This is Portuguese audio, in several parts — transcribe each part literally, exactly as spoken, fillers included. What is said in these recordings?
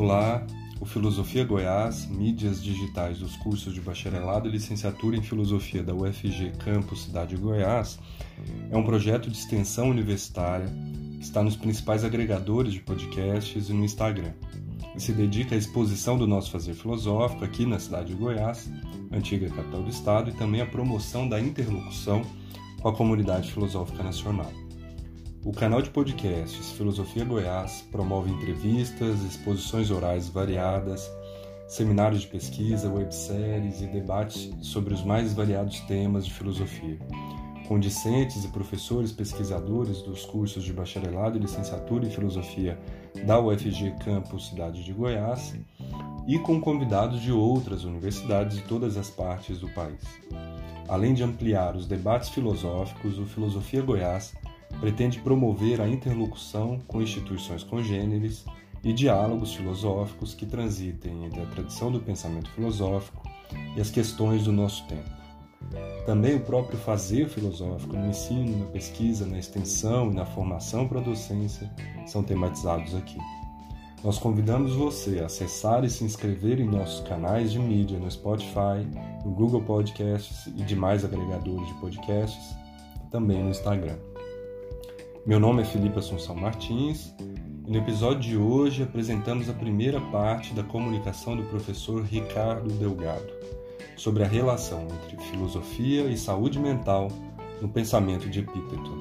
Olá, o Filosofia Goiás, mídias digitais dos cursos de bacharelado e licenciatura em Filosofia da U F G Campus Cidade de Goiás é um projeto de extensão universitária que está nos principais agregadores de podcasts e no Instagram, e se dedica à exposição do nosso fazer filosófico aqui na cidade de Goiás, antiga capital do estado, e também à promoção da interlocução com a comunidade filosófica nacional. O canal de podcasts Filosofia Goiás promove entrevistas, exposições orais variadas, seminários de pesquisa, webséries e debates sobre os mais variados temas de filosofia, com discentes e professores pesquisadores dos cursos de bacharelado e licenciatura em filosofia da U F G Campus Cidade de Goiás e com convidados de outras universidades de todas as partes do país. Além de ampliar os debates filosóficos, o Filosofia Goiás pretende promover a interlocução com instituições congêneres e diálogos filosóficos que transitem entre a tradição do pensamento filosófico e as questões do nosso tempo. Também o próprio fazer filosófico no ensino, na pesquisa, na extensão e na formação para a docência são tematizados aqui. Nós convidamos você a acessar e se inscrever em nossos canais de mídia no Spotify, no Google Podcasts e demais agregadores de podcasts, e também no Instagram. Meu nome é Felipe Assunção Martins e no episódio de hoje apresentamos a primeira parte da comunicação do professor Ricardo Delgado sobre a relação entre filosofia e saúde mental no pensamento de Epíteto.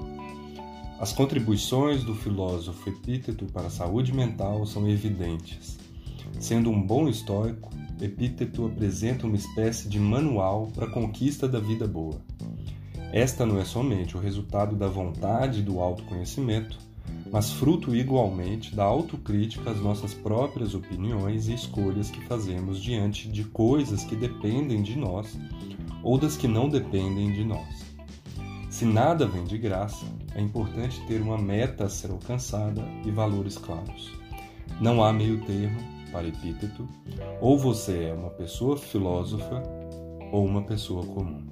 As contribuições do filósofo Epíteto para a saúde mental são evidentes. Sendo um bom estoico, Epíteto apresenta uma espécie de manual para a conquista da vida boa. Esta não é somente o resultado da vontade e do autoconhecimento, mas fruto igualmente da autocrítica às nossas próprias opiniões e escolhas que fazemos diante de coisas que dependem de nós ou das que não dependem de nós. Se nada vem de graça, é importante ter uma meta a ser alcançada e valores claros. Não há meio termo para Epíteto, ou você é uma pessoa filósofa ou uma pessoa comum.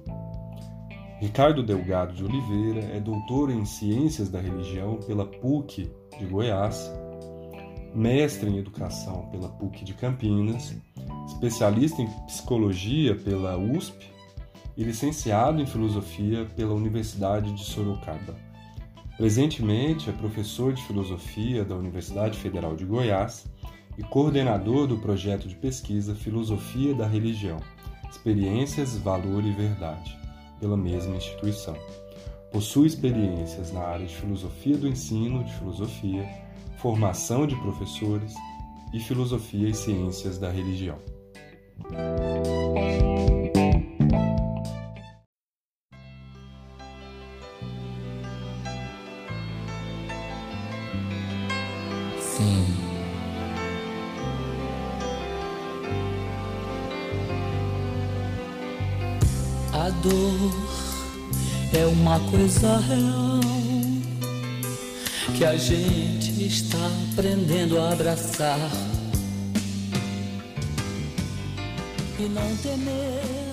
Ricardo Delgado de Oliveira é doutor em Ciências da Religião pela P U C de Goiás, mestre em Educação pela P U C de Campinas, especialista em Psicologia pela U S P e licenciado em Filosofia pela Universidade de Sorocaba. Presentemente é professor de Filosofia da Universidade Federal de Goiás e coordenador do projeto de pesquisa Filosofia da Religião, Experiências, Valor e Verdade, pela mesma instituição. Possui experiências na área de filosofia do ensino, de filosofia, formação de professores e filosofia e ciências da religião. Sim. A dor é uma coisa real que a gente está aprendendo a abraçar e não temer.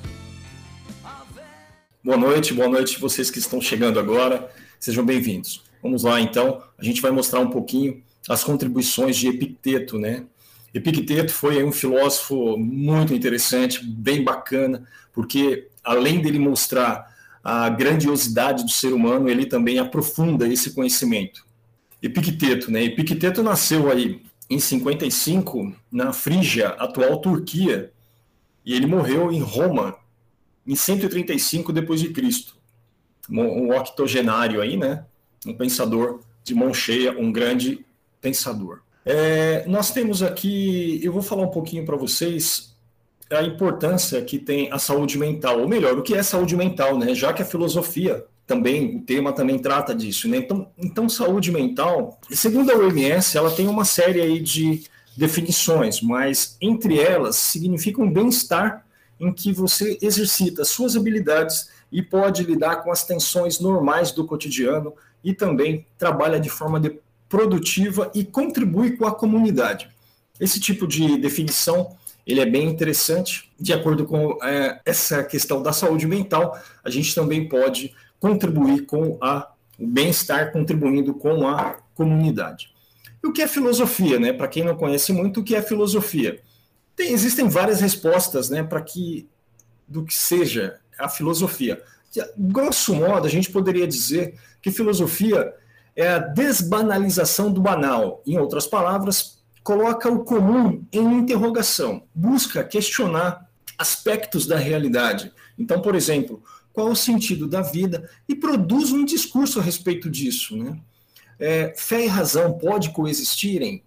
Boa noite, boa noite vocês que estão chegando agora, sejam bem-vindos. Vamos lá então, a gente vai mostrar um pouquinho as contribuições de Epicteto, né? Epicteto foi um filósofo muito interessante, bem bacana, porque além dele mostrar a grandiosidade do ser humano, ele também aprofunda esse conhecimento. Epicteto, né? Epicteto nasceu aí em cinquenta e cinco na Frígia, atual Turquia, e ele morreu em Roma em cento e trinta e cinco depois de Cristo. Um octogenário aí, né? Um pensador de mão cheia, um grande pensador. É, nós temos aqui, eu vou falar um pouquinho para vocês a importância que tem a saúde mental, ou melhor, o que é saúde mental, né? Já que a filosofia também, o tema também trata disso, né? Então, então saúde mental, segundo a O M S, ela tem uma série aí de definições, mas entre elas significa um bem-estar em que você exercita suas habilidades e pode lidar com as tensões normais do cotidiano e também trabalha de forma de produtiva e contribui com a comunidade. Esse tipo de definição ele é bem interessante. De acordo com é, essa questão da saúde mental, a gente também pode contribuir com a, o bem-estar, contribuindo com a comunidade. E o que é filosofia, né? Para quem não conhece muito, o que é filosofia? Tem, existem várias respostas, né, para que do que seja a filosofia. Grosso modo, a gente poderia dizer que filosofia é a desbanalização do banal. Em outras palavras, coloca o comum em interrogação, busca questionar aspectos da realidade. Então, por exemplo, qual é o sentido da vida? E produz um discurso a respeito disso, né? É, fé e razão pode coexistirem?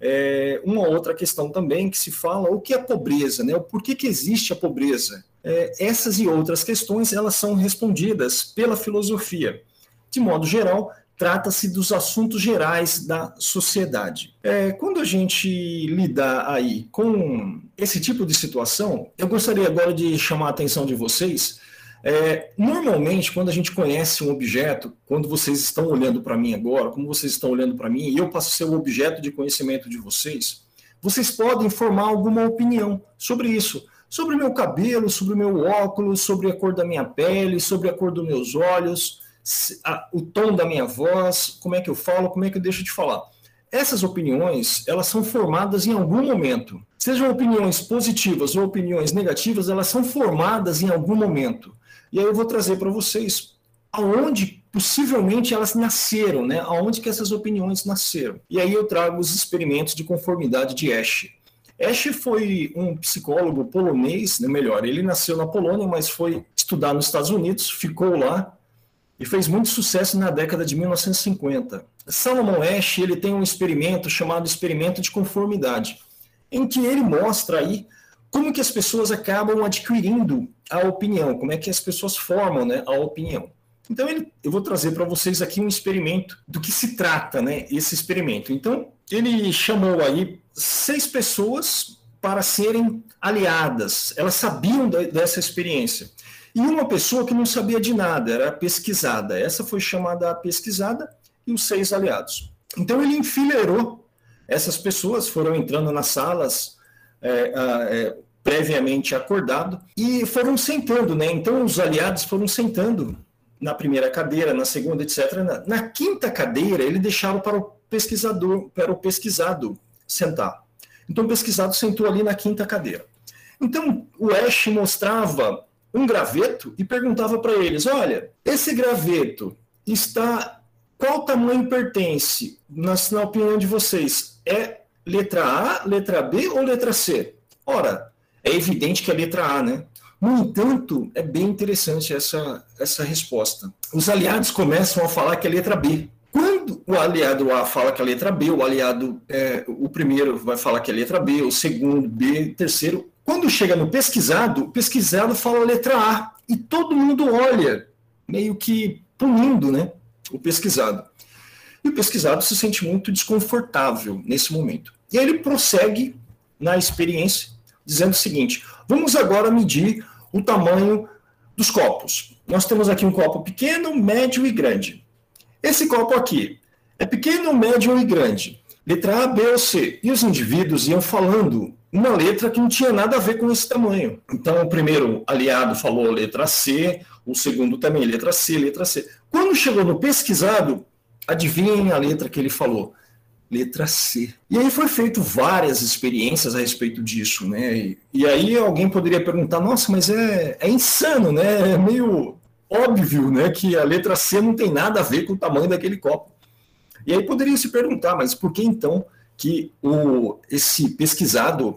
É, uma outra questão também que se fala, o que é pobreza, né? O porquê que existe a pobreza? É, essas e outras questões, elas são respondidas pela filosofia. De modo geral, trata-se dos assuntos gerais da sociedade. É, quando a gente lidar aí com esse tipo de situação, eu gostaria agora de chamar a atenção de vocês. É, normalmente, quando a gente conhece um objeto, quando vocês estão olhando para mim agora, como vocês estão olhando para mim, e eu passo a ser o objeto de conhecimento de vocês, vocês podem formar alguma opinião sobre isso, sobre o meu cabelo, sobre o meu óculos, sobre a cor da minha pele, sobre a cor dos meus olhos, a, o tom da minha voz, como é que eu falo, como é que eu deixo de falar. Essas opiniões, elas são formadas em algum momento. Sejam opiniões positivas ou opiniões negativas, elas são formadas em algum momento. E aí eu vou trazer para vocês aonde possivelmente elas nasceram, né? Aonde que essas opiniões nasceram. E aí eu trago os experimentos de conformidade de Asch. Asch foi um psicólogo polonês, né? Melhor, ele nasceu na Polônia, mas foi estudar nos Estados Unidos, ficou lá e fez muito sucesso na década de mil novecentos e cinquenta. Salomon Asch, ele tem um experimento chamado experimento de conformidade, em que ele mostra aí como que as pessoas acabam adquirindo a opinião, como é que as pessoas formam, né, a opinião. Então, ele, eu vou trazer para vocês aqui um experimento do que se trata, né, esse experimento. Então, ele chamou aí seis pessoas para serem aliadas, elas sabiam da, dessa experiência. E uma pessoa que não sabia de nada, era pesquisada. Essa foi chamada a pesquisada e os seis aliados. Então, ele enfileirou essas pessoas, foram entrando nas salas, É, é, previamente acordado, e foram sentando, né? Então os aliados foram sentando na primeira cadeira, na segunda, etcétera. Na, na quinta cadeira, ele deixava para o pesquisador, para o pesquisado sentar. Então o pesquisado sentou ali na quinta cadeira. Então o Asch mostrava um graveto e perguntava para eles: olha, esse graveto está, qual tamanho pertence, na, na opinião de vocês? É letra A, letra B ou letra C? Ora, é evidente que é letra A, né? No entanto, é bem interessante essa, essa resposta. Os aliados começam a falar que é letra B. Quando o aliado A fala que é letra B, o aliado, é, o primeiro vai falar que é letra B, o segundo B, o terceiro. Quando chega no pesquisado, o pesquisado fala letra A. E todo mundo olha, meio que punindo, né, o pesquisado. E o pesquisado se sente muito desconfortável nesse momento. E aí ele prossegue na experiência, dizendo o seguinte: vamos agora medir o tamanho dos copos. Nós temos aqui um copo pequeno, médio e grande. Esse copo aqui é pequeno, médio e grande. Letra A, B ou C. E os indivíduos iam falando uma letra que não tinha nada a ver com esse tamanho. Então o primeiro aliado falou letra C, o segundo também letra C, letra C. Quando chegou no pesquisado, adivinhem a letra que ele falou? Letra C. E aí foi feito várias experiências a respeito disso, né? E, e aí alguém poderia perguntar: nossa, mas é, é insano, né? É meio óbvio, né, que a letra C não tem nada a ver com o tamanho daquele copo. E aí poderia se perguntar: mas por que então que o, esse pesquisado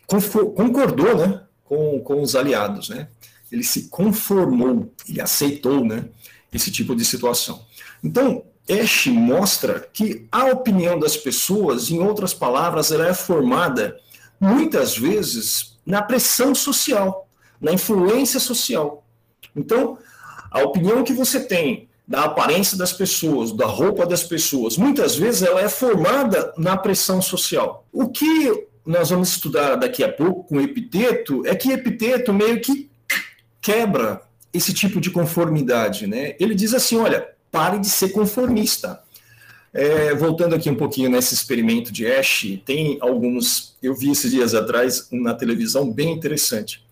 concordou, né, com, com os aliados, né? Ele se conformou, ele aceitou, né, esse tipo de situação. Então, Asch mostra que a opinião das pessoas, em outras palavras, ela é formada muitas vezes na pressão social, na influência social. Então, a opinião que você tem da aparência das pessoas, da roupa das pessoas, muitas vezes ela é formada na pressão social. O que nós vamos estudar daqui a pouco com Epiteto é que Epiteto meio que quebra esse tipo de conformidade, né? Ele diz assim: olha, pare de ser conformista. É, voltando aqui um pouquinho nesse experimento de Asch, tem alguns, eu vi esses dias atrás na televisão, bem interessante.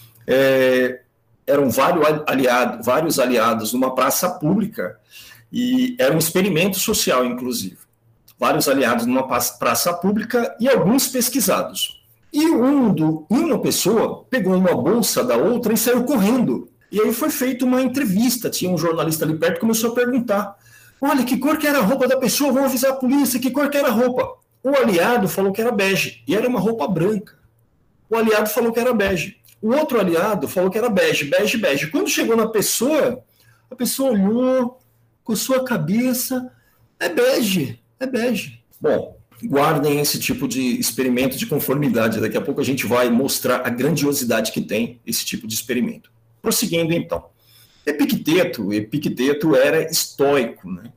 É, eram vários aliados, vários aliados numa praça pública, e era um experimento social, inclusive. vários aliados numa praça pública e alguns pesquisados. E um do, uma pessoa pegou uma bolsa da outra e saiu correndo. E aí foi feita uma entrevista, tinha um jornalista ali perto que começou a perguntar: olha, que cor que era a roupa da pessoa? Vamos avisar a polícia, que cor que era a roupa? O aliado falou que era bege, e era uma roupa branca. O aliado falou que era bege. O outro aliado falou que era bege, bege, bege. Quando chegou na pessoa, a pessoa olhou, coçou a cabeça, é bege, é bege. Bom, guardem esse tipo de experimento de conformidade. Daqui a pouco a gente vai mostrar a grandiosidade que tem esse tipo de experimento. Prosseguindo, então. Epicteto, Epicteto era estoico, né?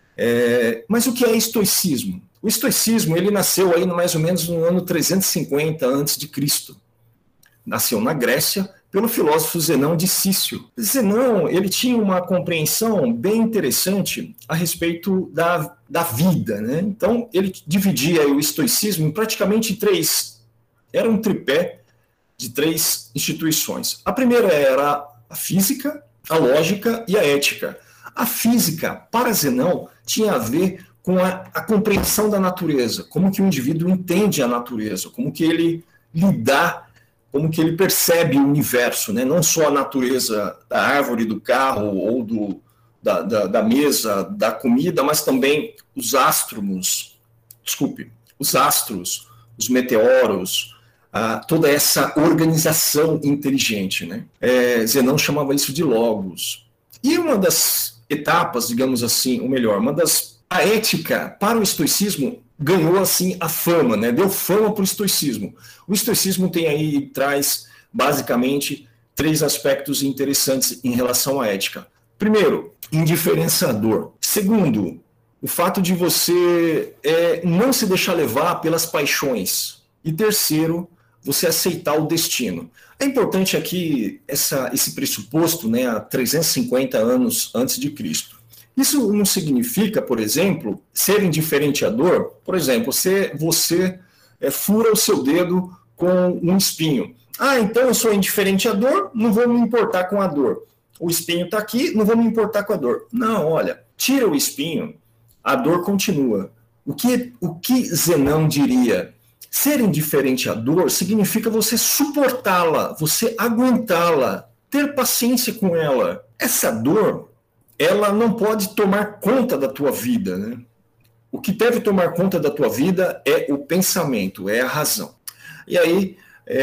É, mas o que é estoicismo? O estoicismo ele nasceu aí mais ou menos no ano trezentos e cinquenta antes de Cristo. Nasceu na Grécia pelo filósofo Zenão de Cício. Zenão ele tinha uma compreensão bem interessante a respeito da, da vida, né? Então ele dividia o estoicismo em praticamente três, era um tripé de três instituições. A primeira era a física, a lógica e a ética. A física, para Zenão, tinha a ver com a, a compreensão da natureza, como que o indivíduo entende a natureza, como que ele lidar, como que ele percebe o universo, né? Não só a natureza da árvore, do carro, ou do, da, da, da mesa, da comida, mas também os astros, desculpe, os astros, os meteoros, ah, toda essa organização inteligente, né? É, Zenão chamava isso de logos. E uma das etapas, digamos assim, ou melhor, uma das a ética para o estoicismo ganhou assim a fama, né? Deu fama para o estoicismo. O estoicismo tem aí, traz basicamente três aspectos interessantes em relação à ética. Primeiro, indiferenciador. Segundo, o fato de você é, não se deixar levar pelas paixões. E terceiro, você aceitar o destino. É importante aqui essa, esse pressuposto, né, há trezentos e cinquenta anos antes de Cristo. Isso não significa, por exemplo, ser indiferente à dor. Por exemplo, você, você é, fura o seu dedo com um espinho. Ah, então eu sou indiferente à dor, não vou me importar com a dor. O espinho está aqui, não vou me importar com a dor. Não, olha, tira o espinho, a dor continua. O que, o que Zenão diria? Ser indiferente à dor significa você suportá-la, você aguentá-la, ter paciência com ela. Essa dor, ela não pode tomar conta da tua vida, né? O que deve tomar conta da tua vida é o pensamento, é a razão. E aí,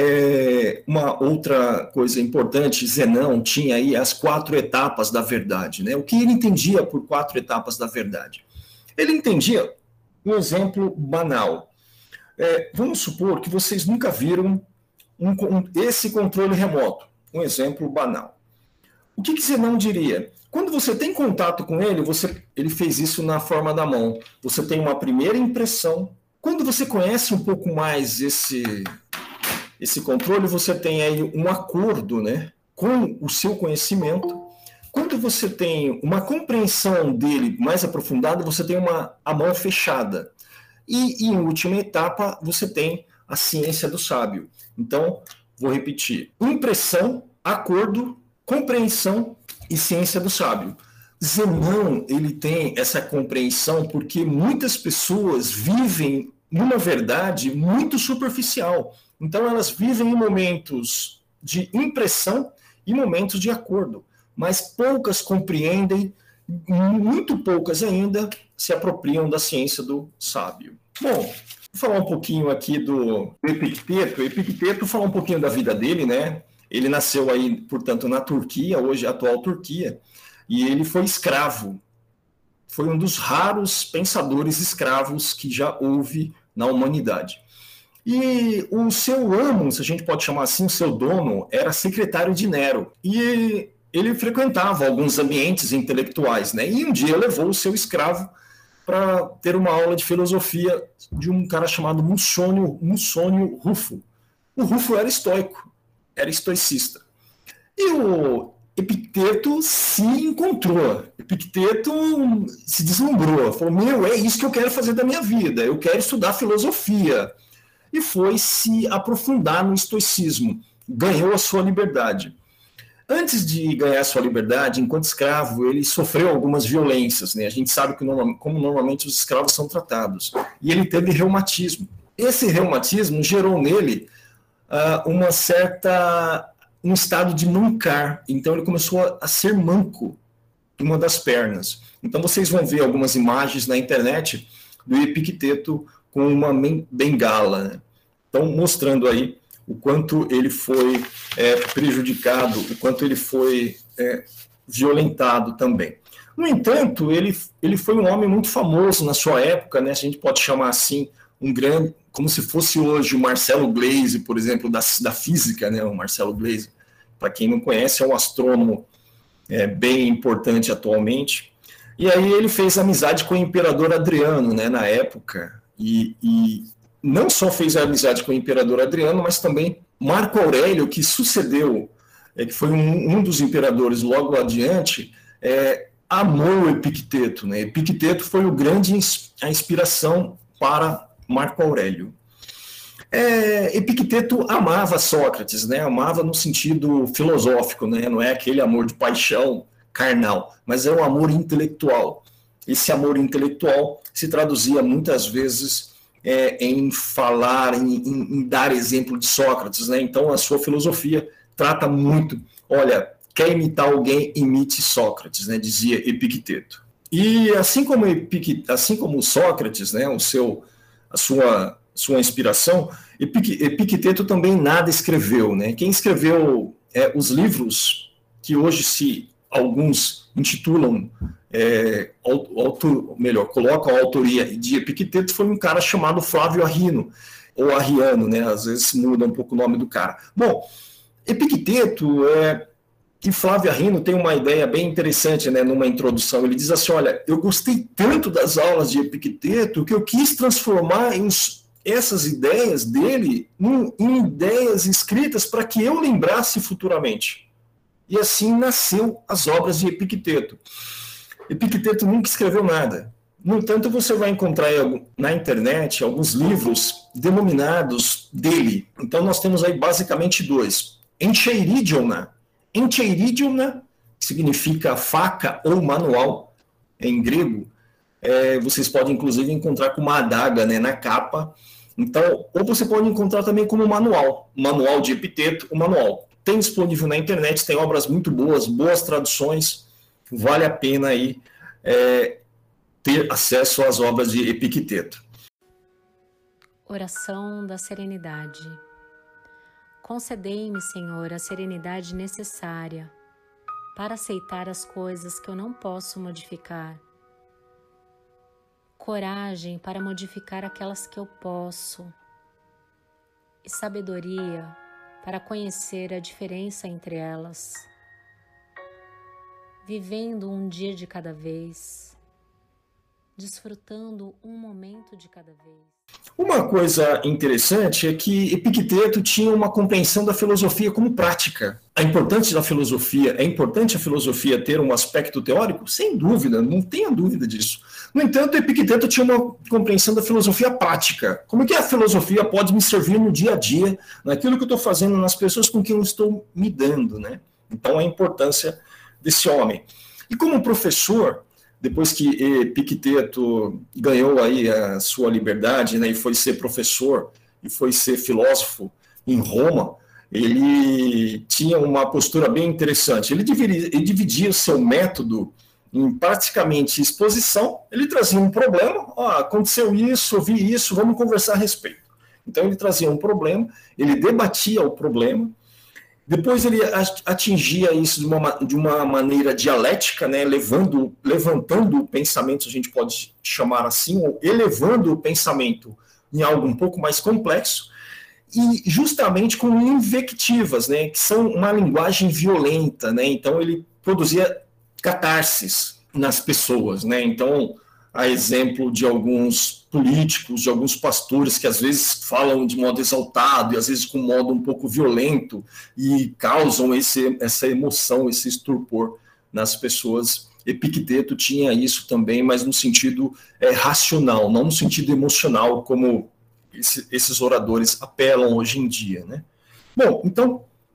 é, uma outra coisa importante, Zenão tinha aí as quatro etapas da verdade, né? O que ele entendia por quatro etapas da verdade? Ele entendia um exemplo banal. É, vamos supor que vocês nunca viram um, um, esse controle remoto, um exemplo banal. O que, que Zenão diria? Quando você tem contato com ele, você, ele fez isso na forma da mão. Você tem uma primeira impressão. Quando você conhece um pouco mais esse, esse controle, você tem aí um acordo, né, com o seu conhecimento. Quando você tem uma compreensão dele mais aprofundada, você tem uma, a mão fechada. E, em última etapa, você tem a ciência do sábio. Então, vou repetir. Impressão, acordo, compreensão e ciência do sábio. Zenão, ele tem essa compreensão porque muitas pessoas vivem numa verdade muito superficial. Então, elas vivem em momentos de impressão e momentos de acordo. Mas poucas compreendem, muito poucas ainda se apropriam da ciência do sábio. Bom, vou falar um pouquinho aqui do Epicteto. Epicteto, falar um pouquinho da vida dele, né? Ele nasceu aí, portanto, na Turquia, hoje a atual Turquia, e ele foi escravo. Foi um dos raros pensadores escravos que já houve na humanidade. E o seu amo, se a gente pode chamar assim, o seu dono, era secretário de Nero. E ele frequentava alguns ambientes intelectuais, né? E um dia levou o seu escravo para ter uma aula de filosofia de um cara chamado Musônio, Musônio Rufo. O Rufo era estoico, era estoicista. E o Epicteto se encontrou. Epicteto se deslumbrou. Falou, meu, é isso que eu quero fazer da minha vida. Eu quero estudar filosofia. E foi se aprofundar no estoicismo. Ganhou a sua liberdade. Antes de ganhar sua liberdade, enquanto escravo, ele sofreu algumas violências, né? A gente sabe que norma, como normalmente os escravos são tratados. E ele teve reumatismo. Esse reumatismo gerou nele uh, uma certa, um estado de mancar. Então ele começou a, a ser manco em uma das pernas. Então vocês vão ver algumas imagens na internet do Epicteto com uma bengala, né? Então mostrando aí o quanto ele foi é, prejudicado, o quanto ele foi é, violentado também. No entanto, ele, ele foi um homem muito famoso na sua época, né? A gente pode chamar assim, um grande, como se fosse hoje o Marcelo Gleisi, por exemplo, da, da física, né? O Marcelo Gleisi, para quem não conhece, é um astrônomo é, bem importante atualmente. E aí ele fez amizade com o imperador Adriano, né? Na época, e... e não só fez a amizade com o imperador Adriano, mas também Marco Aurélio, que sucedeu, é, que foi um, um dos imperadores logo adiante, é, amou Epicteto, né? Epicteto foi o grande a inspiração para Marco Aurélio. É, Epicteto amava Sócrates, né? Amava no sentido filosófico, né? Não é aquele amor de paixão carnal, mas é um amor intelectual. Esse amor intelectual se traduzia muitas vezes É, em falar, em, em, em dar exemplo de Sócrates, né? Então a sua filosofia trata muito, olha, quer imitar alguém, imite Sócrates, né? Dizia Epicteto. E assim como, Epic, assim como Sócrates, né? O seu, a sua, sua inspiração, Epic, Epicteto também nada escreveu, né? Quem escreveu é, os livros que hoje se alguns intitulam É, autor, melhor, colocam a autoria de Epicteto, foi um cara chamado Flávio Arriano, ou Arriano, né? Às vezes muda um pouco o nome do cara. Bom, Epicteto, é, que Flávio Arriano tem uma ideia bem interessante, né, numa introdução. Ele diz assim, olha, eu gostei tanto das aulas de Epicteto que eu quis transformar em, essas ideias dele em, em ideias escritas para que eu lembrasse futuramente. E assim nasceu as obras de Epicteto. Epicteto nunca escreveu nada. No entanto, você vai encontrar na internet alguns livros denominados dele. Então, nós temos aí basicamente dois. Encheiridiona. Encheiridiona, que significa faca ou manual, em grego. É, vocês podem, inclusive, encontrar com uma adaga, né, na capa. Então, ou você pode encontrar também como manual. Manual de Epicteto, o manual. Tem disponível na internet, tem obras muito boas, boas traduções. Vale a pena aí, é, ter acesso às obras de Epicteto. Oração da serenidade. Concedei-me, Senhor, a serenidade necessária para aceitar as coisas que eu não posso modificar. Coragem para modificar aquelas que eu posso. E sabedoria para conhecer a diferença entre elas. Vivendo um dia de cada vez, desfrutando um momento de cada vez. Uma coisa interessante é que Epicteto tinha uma compreensão da filosofia como prática. A importância da filosofia, é importante a filosofia ter um aspecto teórico? Sem dúvida, não tenha dúvida disso. No entanto, Epicteto tinha uma compreensão da filosofia prática. Como é que a filosofia pode me servir no dia a dia, naquilo que eu estou fazendo, nas pessoas com quem eu estou me dando, né? Então, a importância desse homem. E como professor, depois que Epicteto ganhou aí a sua liberdade, né, e foi ser professor, e foi ser filósofo em Roma, ele tinha uma postura bem interessante. Ele dividia, ele dividia o seu método em praticamente exposição. Ele trazia um problema, ó, aconteceu isso, eu vi isso, vamos conversar a respeito. Então ele trazia um problema, ele debatia o problema. Depois ele atingia isso de uma, de uma maneira dialética, né, levando, levantando o pensamento, a gente pode chamar assim, ou elevando o pensamento em algo um pouco mais complexo, e justamente com invectivas, né, que são uma linguagem violenta, né, então ele produzia catarses nas pessoas, né, então a exemplo de alguns políticos, de alguns pastores que às vezes falam de modo exaltado e às vezes com modo um pouco violento e causam esse, essa emoção, esse estupor nas pessoas. Epicteto tinha isso também, mas no sentido é, racional, não no sentido emocional, como esse, esses oradores apelam hoje em dia, né? Bom, então,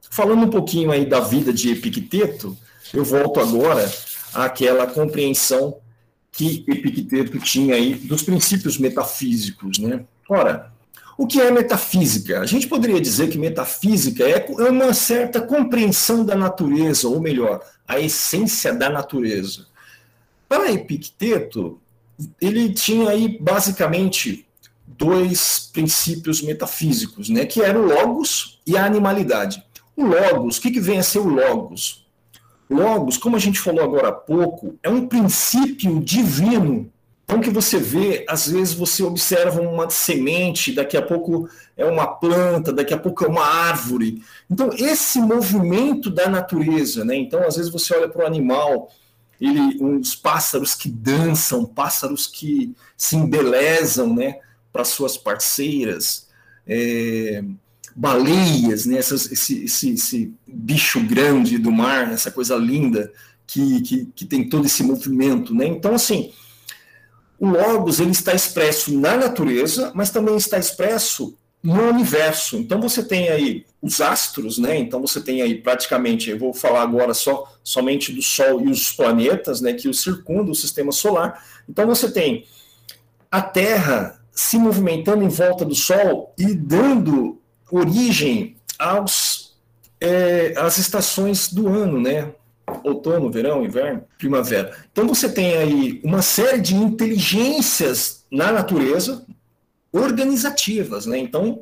falando um pouquinho aí da vida de Epicteto, eu volto agora àquela compreensão que Epicteto tinha aí dos princípios metafísicos, né? Ora, o que é metafísica? A gente poderia dizer que metafísica é uma certa compreensão da natureza, ou melhor, a essência da natureza. Para Epicteto, ele tinha aí basicamente dois princípios metafísicos, né, que eram o logos e a animalidade. O logos, o que, que vem a ser o logos? Logos, como a gente falou agora há pouco, é um princípio divino. Então, que você vê, às vezes você observa uma semente, daqui a pouco é uma planta, daqui a pouco é uma árvore. Então, esse movimento da natureza, né? Então, às vezes você olha para o animal, ele, uns pássaros que dançam, pássaros que se embelezam, né, para suas parceiras, é, baleias, né, essas, esse, esse, esse bicho grande do mar, essa coisa linda que, que, que tem todo esse movimento, né? Então, assim, o logos ele está expresso na natureza, mas também está expresso no universo. Então você tem aí os astros, né? Então você tem aí praticamente, eu vou falar agora só somente do Sol e os planetas, né, que o circundam o sistema solar. Então você tem a Terra se movimentando em volta do Sol e dando origem aos é, às estações do ano, né? Outono, verão, inverno, primavera. Então você tem aí uma série de inteligências na natureza organizativas, né? Então,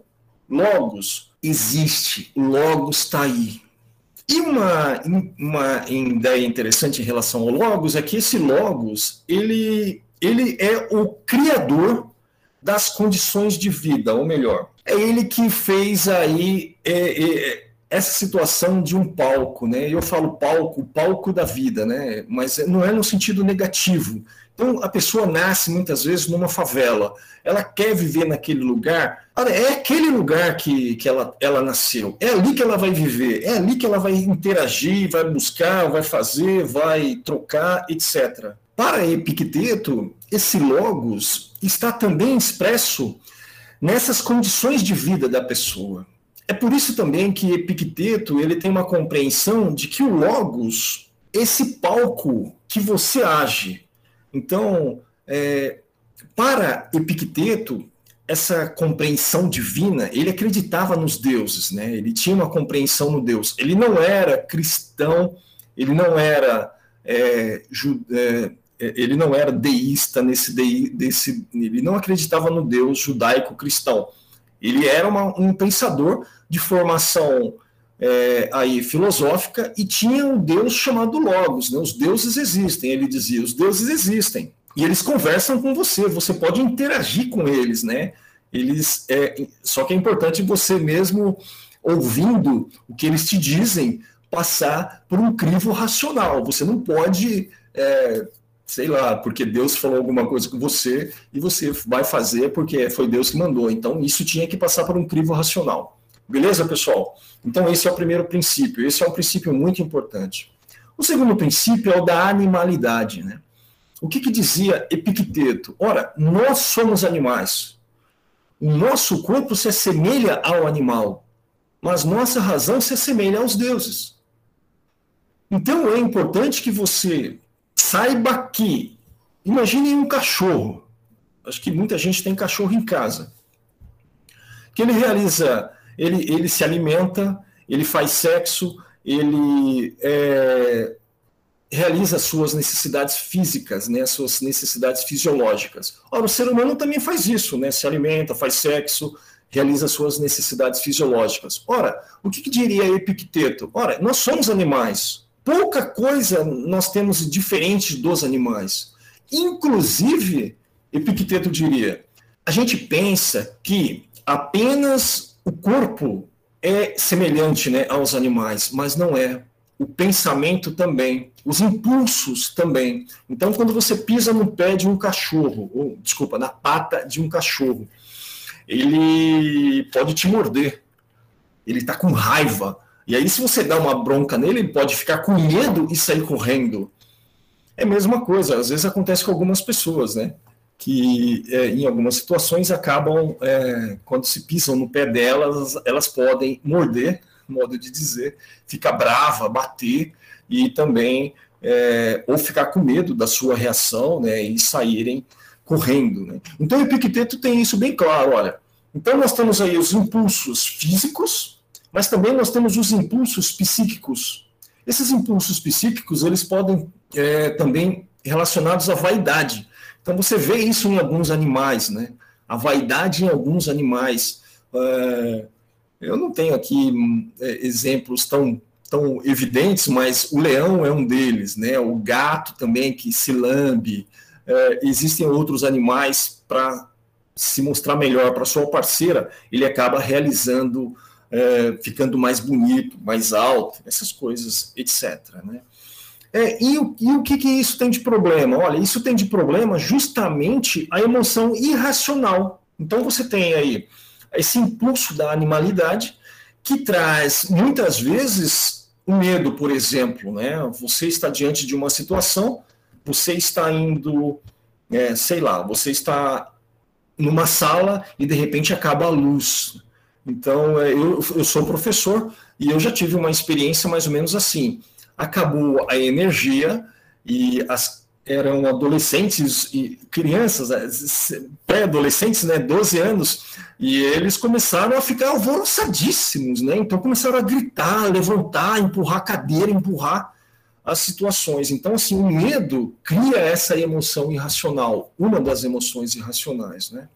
logos existe, logos está aí. E uma, uma ideia interessante em relação ao logos é que esse logos, ele, ele é o criador das condições de vida, ou melhor, é ele que fez aí é, é, essa situação de um palco, né? Eu falo palco, o palco da vida, né? Mas não é no sentido negativo. Então, a pessoa nasce muitas vezes numa favela, ela quer viver naquele lugar, é aquele lugar que, que ela, ela nasceu, é ali que ela vai viver, é ali que ela vai interagir, vai buscar, vai fazer, vai trocar, etcétera. Para Epicteto, esse logos está também expresso nessas condições de vida da pessoa. É por isso também que Epicteto ele tem uma compreensão de que o logos, esse palco que você age. Então, é, para Epicteto, essa compreensão divina, ele acreditava nos deuses, né? Ele tinha uma compreensão no Deus. Ele não era cristão, ele não era, é, ju, é, ele não era deísta, nesse, de, desse, ele não acreditava no Deus judaico-cristão. Ele era uma, um pensador de formação é, aí, filosófica e tinha um Deus chamado Logos. Né? Os deuses existem, ele dizia, os deuses existem. E eles conversam com você, você pode interagir com eles. Né? Eles, é, só que é importante você mesmo, ouvindo o que eles te dizem, passar por um crivo racional. Você não pode... É, sei lá, porque Deus falou alguma coisa com você e você vai fazer porque foi Deus que mandou. Então, isso tinha que passar por um crivo racional. Beleza, pessoal? Então, esse é o primeiro princípio. Esse é um princípio muito importante. O segundo princípio é o da animalidade, né? O que, que dizia Epicteto? Ora, nós somos animais. O nosso corpo se assemelha ao animal, mas nossa razão se assemelha aos deuses. Então, é importante que você saiba que, imagine um cachorro, acho que muita gente tem cachorro em casa, que ele realiza, ele, ele se alimenta, ele faz sexo, ele é, realiza suas necessidades físicas, né, suas necessidades fisiológicas. Ora, o ser humano também faz isso, né, se alimenta, faz sexo, realiza suas necessidades fisiológicas. Ora, o que, que diria Epicteto? Ora, nós somos animais. Pouca coisa nós temos diferente dos animais. Inclusive, Epicteto diria, a gente pensa que apenas o corpo é semelhante, né, aos animais, mas não é. O pensamento também, os impulsos também. Então, quando você pisa no pé de um cachorro, ou, desculpa, na pata de um cachorro, ele pode te morder. Ele está com raiva. E aí, se você dá uma bronca nele, ele pode ficar com medo e sair correndo. É a mesma coisa, às vezes acontece com algumas pessoas, né? Que é, em algumas situações acabam, é, quando se pisam no pé delas, elas podem morder, modo de dizer, ficar brava, bater e também é, ou ficar com medo da sua reação, né, e saírem correndo, né? Então o Epicteto tem isso bem claro, olha. Então nós temos aí os impulsos físicos, mas também nós temos os impulsos psíquicos. Esses impulsos psíquicos, eles podem é, também relacionados à vaidade. Então você vê isso em alguns animais, né? A vaidade em alguns animais. É, eu não tenho aqui é, exemplos tão, tão evidentes, mas o leão é um deles, né? O gato também que se lambe. É, existem outros animais para se mostrar melhor para sua parceira, ele acaba realizando, é, ficando mais bonito, mais alto, essas coisas, etcétera, né? É, e, o, e o que, que isso tem de problema? Olha, isso tem de problema justamente a emoção irracional. Então você tem aí esse impulso da animalidade que traz, muitas vezes, o medo, por exemplo, né? Você está diante de uma situação, você está indo, é, sei lá, você está numa sala e de repente acaba a luz. Então, eu, eu sou professor e eu já tive uma experiência mais ou menos assim. Acabou a energia e as, eram adolescentes e crianças, pré-adolescentes, né, doze anos, e eles começaram a ficar alvoroçadíssimos, né? Então começaram a gritar, levantar, empurrar a cadeira, empurrar as situações. Então, assim, o medo cria essa emoção irracional, uma das emoções irracionais, né?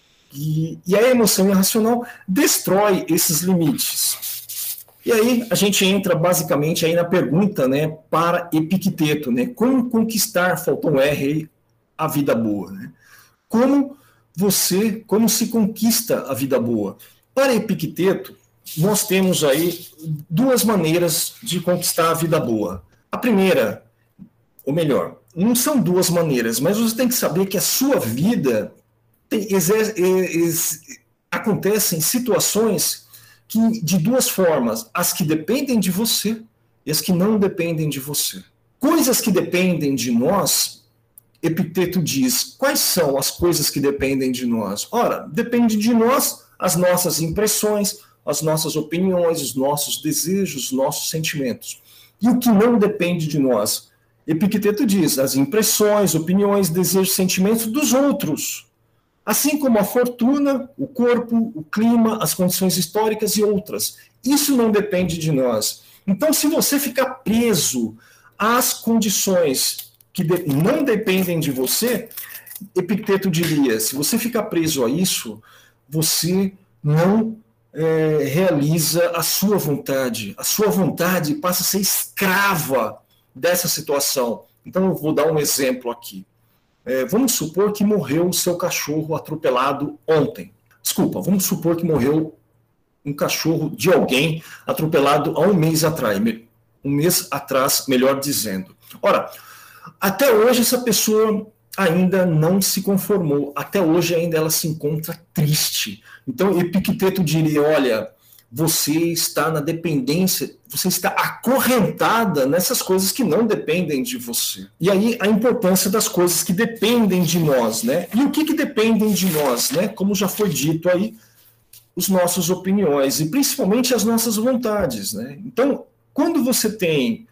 E, e a emoção irracional destrói esses limites. E aí a gente entra basicamente aí na pergunta, né, para Epicteto, né? Como conquistar, faltou um R aí, a vida boa, né? Como você, como se conquista a vida boa? Para Epicteto, nós temos aí duas maneiras de conquistar a vida boa. A primeira, ou melhor, não são duas maneiras, mas você tem que saber que a sua vida tem, exer, ex, acontecem situações que, de duas formas, as que dependem de você e as que não dependem de você. Coisas que dependem de nós, Epicteto diz, quais são as coisas que dependem de nós? Ora, depende de nós as nossas impressões, as nossas opiniões, os nossos desejos, os nossos sentimentos. E o que não depende de nós? Epicteto diz, as impressões, opiniões, desejos, sentimentos dos outros. Assim como a fortuna, o corpo, o clima, as condições históricas e outras. Isso não depende de nós. Então, se você ficar preso às condições que de- não dependem de você, Epicteto diria, se você ficar preso a isso, você não É, realiza a sua vontade. A sua vontade passa a ser escrava dessa situação. Então, eu vou dar um exemplo aqui. É, vamos supor que morreu o seu cachorro atropelado ontem. Desculpa, vamos supor que morreu um cachorro de alguém atropelado há um mês atrás. Um mês atrás, melhor dizendo. Ora, até hoje essa pessoa ainda não se conformou. Até hoje ainda ela se encontra triste. Então, Epicteto diria, olha, você está na dependência, você está acorrentada nessas coisas que não dependem de você. E aí a importância das coisas que dependem de nós, né? E o que, que dependem de nós, né? Como já foi dito aí, as nossas opiniões e principalmente as nossas vontades, né? Então, quando você tem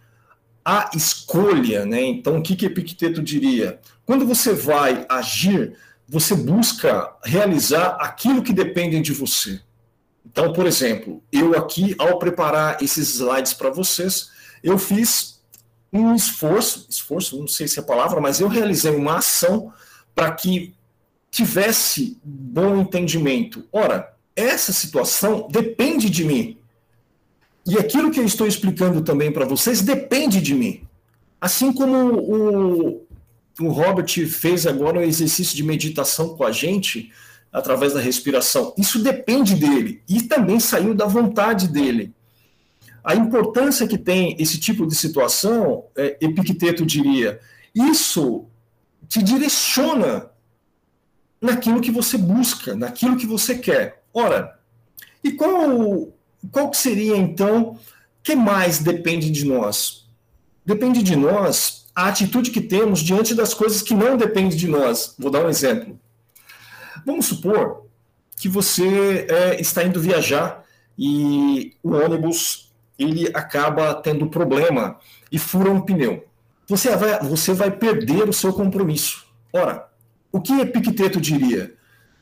a escolha, né? Então, o que, que Epicteto diria? Quando você vai agir, você busca realizar aquilo que depende de você. Então, por exemplo, eu aqui, ao preparar esses slides para vocês, eu fiz um esforço, esforço, não sei se é a palavra, mas eu realizei uma ação para que tivesse bom entendimento. Ora, essa situação depende de mim. E aquilo que eu estou explicando também para vocês depende de mim. Assim como o, o Robert fez agora um exercício de meditação com a gente, através da respiração, isso depende dele. E também saiu da vontade dele. A importância que tem esse tipo de situação, é, Epicteto diria, isso te direciona naquilo que você busca, naquilo que você quer. Ora, e qual, qual que seria, então, o que mais depende de nós? Depende de nós a atitude que temos diante das coisas que não dependem de nós. Vou dar um exemplo. Vamos supor que você é, está indo viajar e o ônibus ele acaba tendo problema e fura um pneu. Você vai, você vai perder o seu compromisso. Ora, o que Epicteto diria?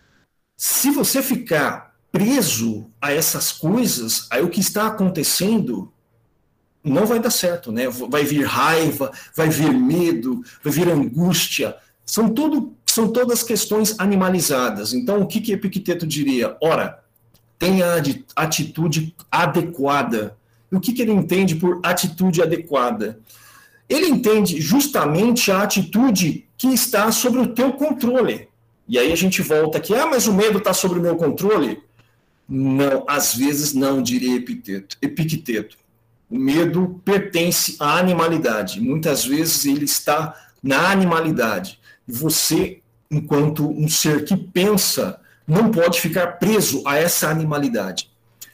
Se você ficar preso a essas coisas, aí o que está acontecendo não vai dar certo, né? Vai vir raiva, vai vir medo, vai vir angústia. São, tudo, são todas questões animalizadas. Então, o que, que Epicteto diria? Ora, tenha a atitude adequada. E o que, que ele entende por atitude adequada? Ele entende justamente a atitude que está sobre o teu controle. E aí a gente volta aqui, ah, mas o medo está sobre o meu controle? Não, às vezes não, diria Epicteto. Epicteto. O medo pertence à animalidade. Muitas vezes ele está na animalidade. E você, enquanto um ser que pensa, não pode ficar preso a essa animalidade.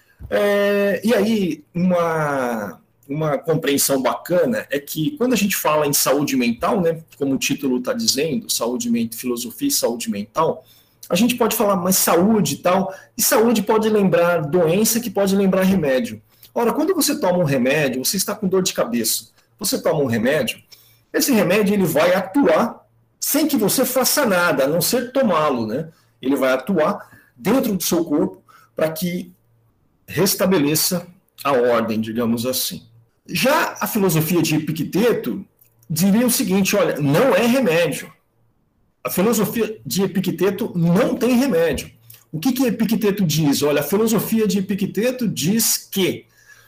É, e aí, uma, uma compreensão bacana é que quando a gente fala em saúde mental, né, como o título está dizendo, saúde mental, filosofia e saúde mental, a gente pode falar, mas saúde e tal, e saúde pode lembrar doença, que pode lembrar remédio. Ora, quando você toma um remédio, você está com dor de cabeça, você toma um remédio, esse remédio ele vai atuar sem que você faça nada, a não ser tomá-lo, né? Ele vai atuar dentro do seu corpo para que restabeleça a ordem, digamos assim. Já a filosofia de Epicteto diria o seguinte, olha, não é remédio. A filosofia de Epicteto não tem remédio. O que que Epicteto diz? Olha, a filosofia de Epicteto diz que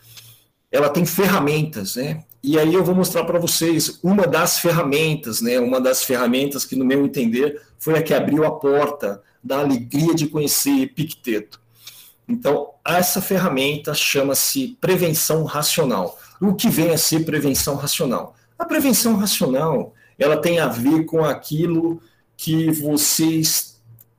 ela tem ferramentas, né? E aí eu vou mostrar para vocês uma das ferramentas, né? Uma das ferramentas que, no meu entender, foi a que abriu a porta da alegria de conhecer Epicteto. Então, essa ferramenta chama-se prevenção racional. O que vem a ser prevenção racional? A prevenção racional, ela tem a ver com aquilo que vocês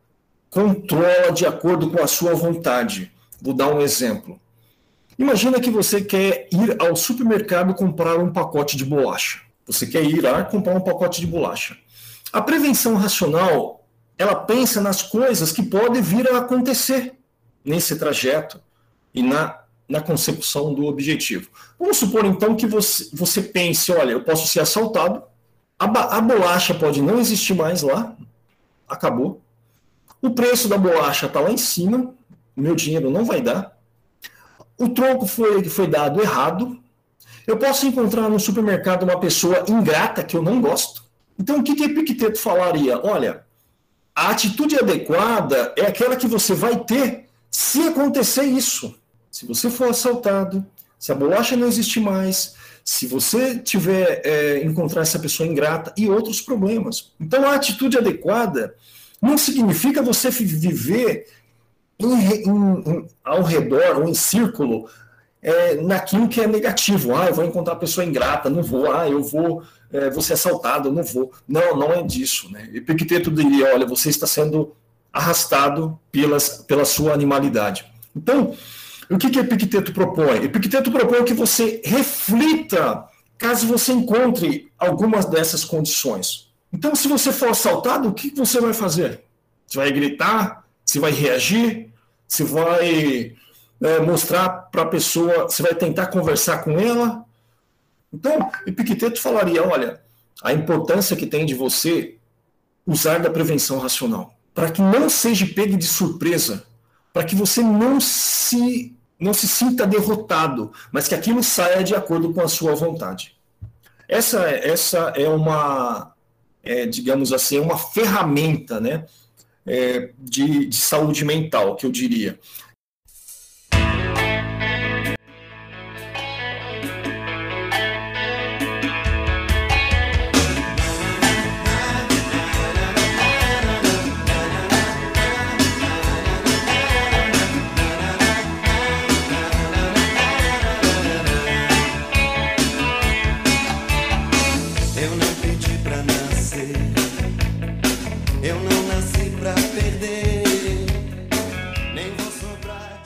controla de acordo com a sua vontade. Vou dar um exemplo. Imagina que você quer ir ao supermercado comprar um pacote de bolacha. Você quer ir lá comprar um pacote de bolacha. A prevenção racional, ela pensa nas coisas que podem vir a acontecer nesse trajeto e na, na concepção do objetivo. Vamos supor, então, que você, você pense, olha, eu posso ser assaltado, a, a bolacha pode não existir mais lá, acabou. O preço da bolacha está lá em cima, o meu dinheiro não vai dar. O troco foi, foi dado errado. Eu posso encontrar no supermercado uma pessoa ingrata que eu não gosto. Então, o que que Epicteto falaria? Olha, a atitude adequada é aquela que você vai ter se acontecer isso. Se você for assaltado, se a bolacha não existir mais, se você tiver é, encontrar essa pessoa ingrata e outros problemas. Então, a atitude adequada não significa você viver Em, em, em, ao redor, ou em círculo, é, naquilo que é negativo. Ah, eu vou encontrar uma pessoa ingrata, não vou. Ah, eu vou, é, vou ser assaltado, não vou. Não, não é disso. Né? Epicteto diria, olha, você está sendo arrastado pelas, pela sua animalidade. Então, o que que Epicteto propõe? Epicteto propõe que você reflita caso você encontre algumas dessas condições. Então, se você for assaltado, o que você vai fazer? Você vai gritar? Você vai reagir, você vai é, mostrar para a pessoa, você vai tentar conversar com ela. Então, Epicteto falaria, olha, a importância que tem de você usar da prevenção racional, para que não seja pego de surpresa, para que você não se, não se sinta derrotado, mas que aquilo saia de acordo com a sua vontade. Essa, essa é uma, é, digamos assim, uma ferramenta, né? É, de, de saúde mental, que eu diria. Eu não pedi pra nascer, eu não nasci pra perder, nem vou sobrar.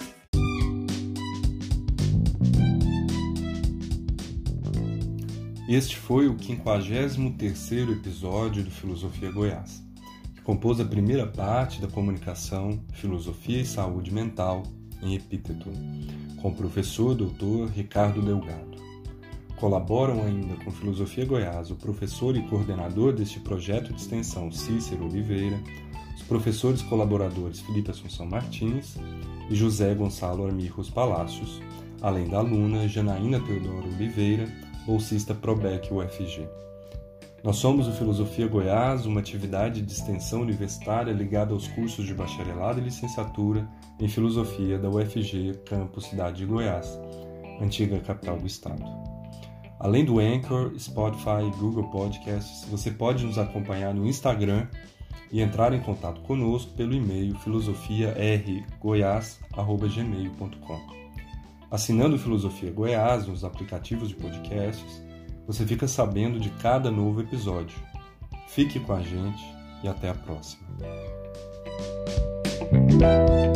Este foi o quinquagésimo terceiro episódio do Filosofia Goiás, que compôs a primeira parte da comunicação Filosofia e Saúde Mental, em epíteto, com o professor doutor Ricardo Delgado. Colaboram ainda com Filosofia Goiás o professor e coordenador deste projeto de extensão Cícero Oliveira, os professores colaboradores Felipe Assunção Martins e José Gonçalo Armirros Palácios, além da aluna Janaína Teodoro Oliveira, bolsista Probec U F G. Nós somos o Filosofia Goiás, uma atividade de extensão universitária ligada aos cursos de bacharelado e licenciatura em Filosofia da U F G, campus Cidade de Goiás, antiga capital do estado. Além do Anchor, Spotify e Google Podcasts, você pode nos acompanhar no Instagram e entrar em contato conosco pelo e-mail filosofia r goiás arroba gmail ponto com. Assinando Filosofia Goiás nos aplicativos de podcasts, você fica sabendo de cada novo episódio. Fique com a gente e até a próxima.